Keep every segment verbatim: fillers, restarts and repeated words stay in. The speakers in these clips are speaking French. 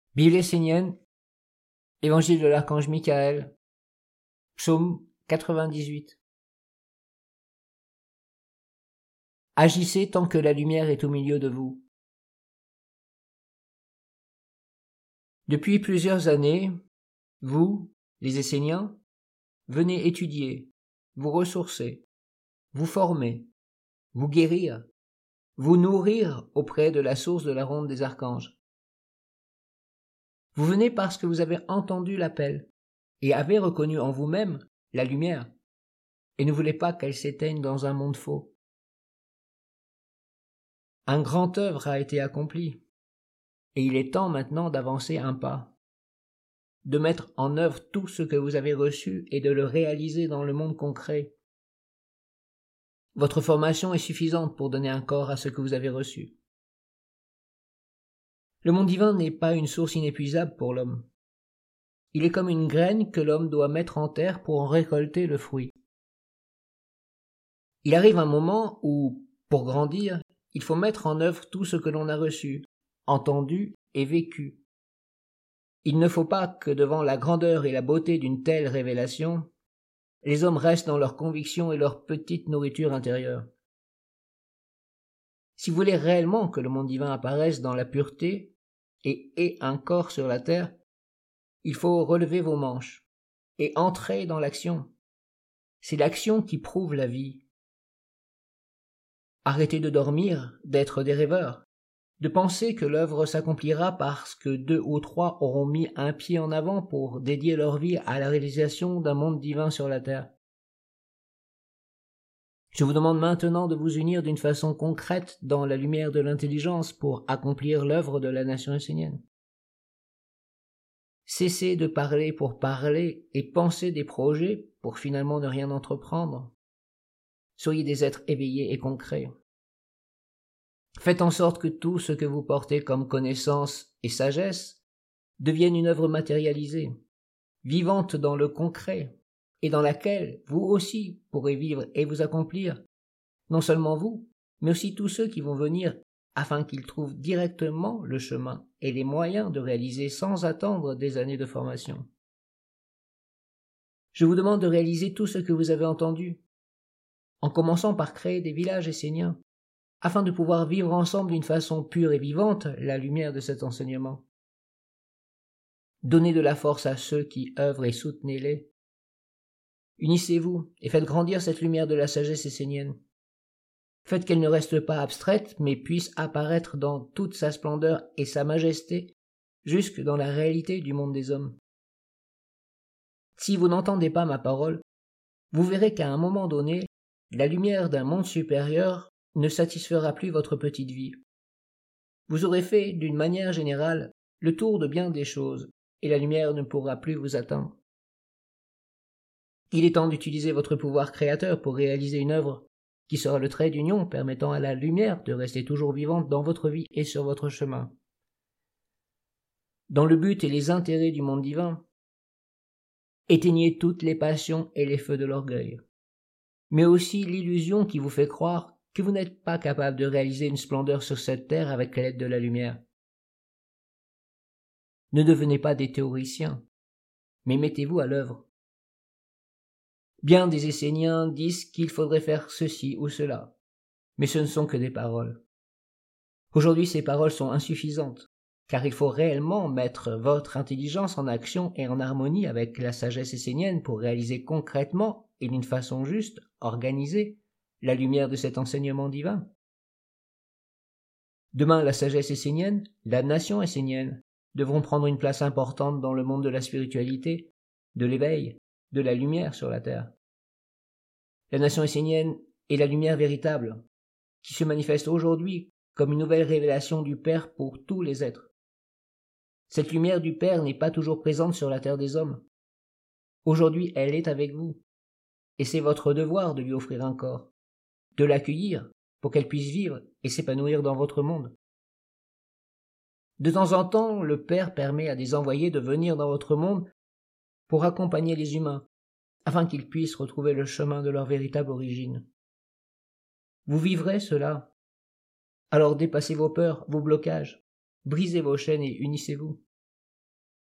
Bible essénienne, Évangile de l'archange Michael, Psaume quatre-vingt-dix-huit. Agissez tant que la lumière est au milieu de vous. Depuis plusieurs années, vous, les Esséniens, venez étudier, vous ressourcer, vous former, vous guérir, vous nourrir auprès de la source de la ronde des archanges. Vous venez parce que vous avez entendu l'appel et avez reconnu en vous-même la lumière et ne voulez pas qu'elle s'éteigne dans un monde faux. Un grand œuvre a été accompli et il est temps maintenant d'avancer un pas, de mettre en œuvre tout ce que vous avez reçu et de le réaliser dans le monde concret. Votre formation est suffisante pour donner un corps à ce que vous avez reçu. Le monde divin n'est pas une source inépuisable pour l'homme. Il est comme une graine que l'homme doit mettre en terre pour en récolter le fruit. Il arrive un moment où, pour grandir, il faut mettre en œuvre tout ce que l'on a reçu, entendu et vécu. Il ne faut pas que devant la grandeur et la beauté d'une telle révélation, les hommes restent dans leurs convictions et leur petite nourriture intérieure. Si vous voulez réellement que le monde divin apparaisse dans la pureté et ait un corps sur la terre, il faut relever vos manches et entrer dans l'action. C'est l'action qui prouve la vie. Arrêtez de dormir, d'être des rêveurs, de penser que l'œuvre s'accomplira parce que deux ou trois auront mis un pied en avant pour dédier leur vie à la réalisation d'un monde divin sur la terre. Je vous demande maintenant de vous unir d'une façon concrète dans la lumière de l'intelligence pour accomplir l'œuvre de la nation essénienne. Cessez de parler pour parler et penser des projets pour finalement ne rien entreprendre. Soyez des êtres éveillés et concrets. Faites en sorte que tout ce que vous portez comme connaissance et sagesse devienne une œuvre matérialisée, vivante dans le concret, et dans laquelle vous aussi pourrez vivre et vous accomplir, non seulement vous, mais aussi tous ceux qui vont venir, afin qu'ils trouvent directement le chemin et les moyens de réaliser sans attendre des années de formation. Je vous demande de réaliser tout ce que vous avez entendu, en commençant par créer des villages esséniens, afin de pouvoir vivre ensemble d'une façon pure et vivante la lumière de cet enseignement. Donnez de la force à ceux qui œuvrent et soutenez-les. Unissez-vous et faites grandir cette lumière de la sagesse essénienne. Faites qu'elle ne reste pas abstraite, mais puisse apparaître dans toute sa splendeur et sa majesté, jusque dans la réalité du monde des hommes. Si vous n'entendez pas ma parole, vous verrez qu'à un moment donné, la lumière d'un monde supérieur ne satisfera plus votre petite vie. Vous aurez fait, d'une manière générale, le tour de bien des choses, et la lumière ne pourra plus vous atteindre. Il est temps d'utiliser votre pouvoir créateur pour réaliser une œuvre qui sera le trait d'union permettant à la lumière de rester toujours vivante dans votre vie et sur votre chemin. Dans le but et les intérêts du monde divin, éteignez toutes les passions et les feux de l'orgueil, mais aussi l'illusion qui vous fait croire que vous n'êtes pas capable de réaliser une splendeur sur cette terre avec l'aide de la lumière. Ne devenez pas des théoriciens, mais mettez-vous à l'œuvre. Bien des Esséniens disent qu'il faudrait faire ceci ou cela, mais ce ne sont que des paroles. Aujourd'hui, ces paroles sont insuffisantes, car il faut réellement mettre votre intelligence en action et en harmonie avec la sagesse essénienne pour réaliser concrètement et d'une façon juste, organisée, la lumière de cet enseignement divin. Demain, la sagesse essénienne, la nation essénienne, devront prendre une place importante dans le monde de la spiritualité, de l'éveil, de la lumière sur la terre. La nation essénienne est la lumière véritable, qui se manifeste aujourd'hui comme une nouvelle révélation du Père pour tous les êtres. Cette lumière du Père n'est pas toujours présente sur la terre des hommes. Aujourd'hui, elle est avec vous, et c'est votre devoir de lui offrir un corps, de l'accueillir pour qu'elle puisse vivre et s'épanouir dans votre monde. De temps en temps, le Père permet à des envoyés de venir dans votre monde pour accompagner les humains, afin qu'ils puissent retrouver le chemin de leur véritable origine. Vous vivrez cela. Alors dépassez vos peurs, vos blocages, brisez vos chaînes et unissez-vous.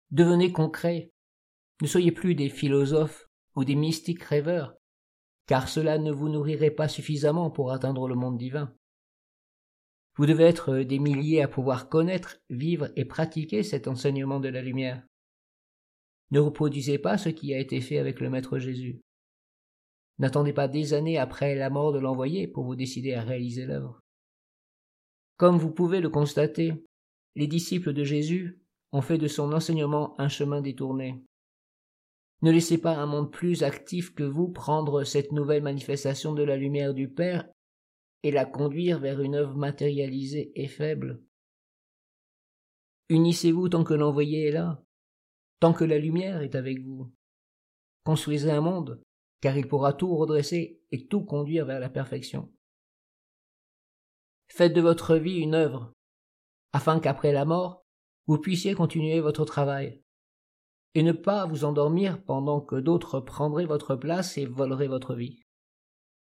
Devenez concrets. Ne soyez plus des philosophes ou des mystiques rêveurs, car cela ne vous nourrirait pas suffisamment pour atteindre le monde divin. Vous devez être des milliers à pouvoir connaître, vivre et pratiquer cet enseignement de la lumière. Ne reproduisez pas ce qui a été fait avec le Maître Jésus. N'attendez pas des années après la mort de l'envoyé pour vous décider à réaliser l'œuvre. Comme vous pouvez le constater, les disciples de Jésus ont fait de son enseignement un chemin détourné. Ne laissez pas un monde plus actif que vous prendre cette nouvelle manifestation de la lumière du Père et la conduire vers une œuvre matérialisée et faible. Unissez-vous tant que l'envoyé est là, tant que la lumière est avec vous. Construisez un monde, car il pourra tout redresser et tout conduire vers la perfection. Faites de votre vie une œuvre, afin qu'après la mort, vous puissiez continuer votre travail, et ne pas vous endormir pendant que d'autres prendraient votre place et voleraient votre vie.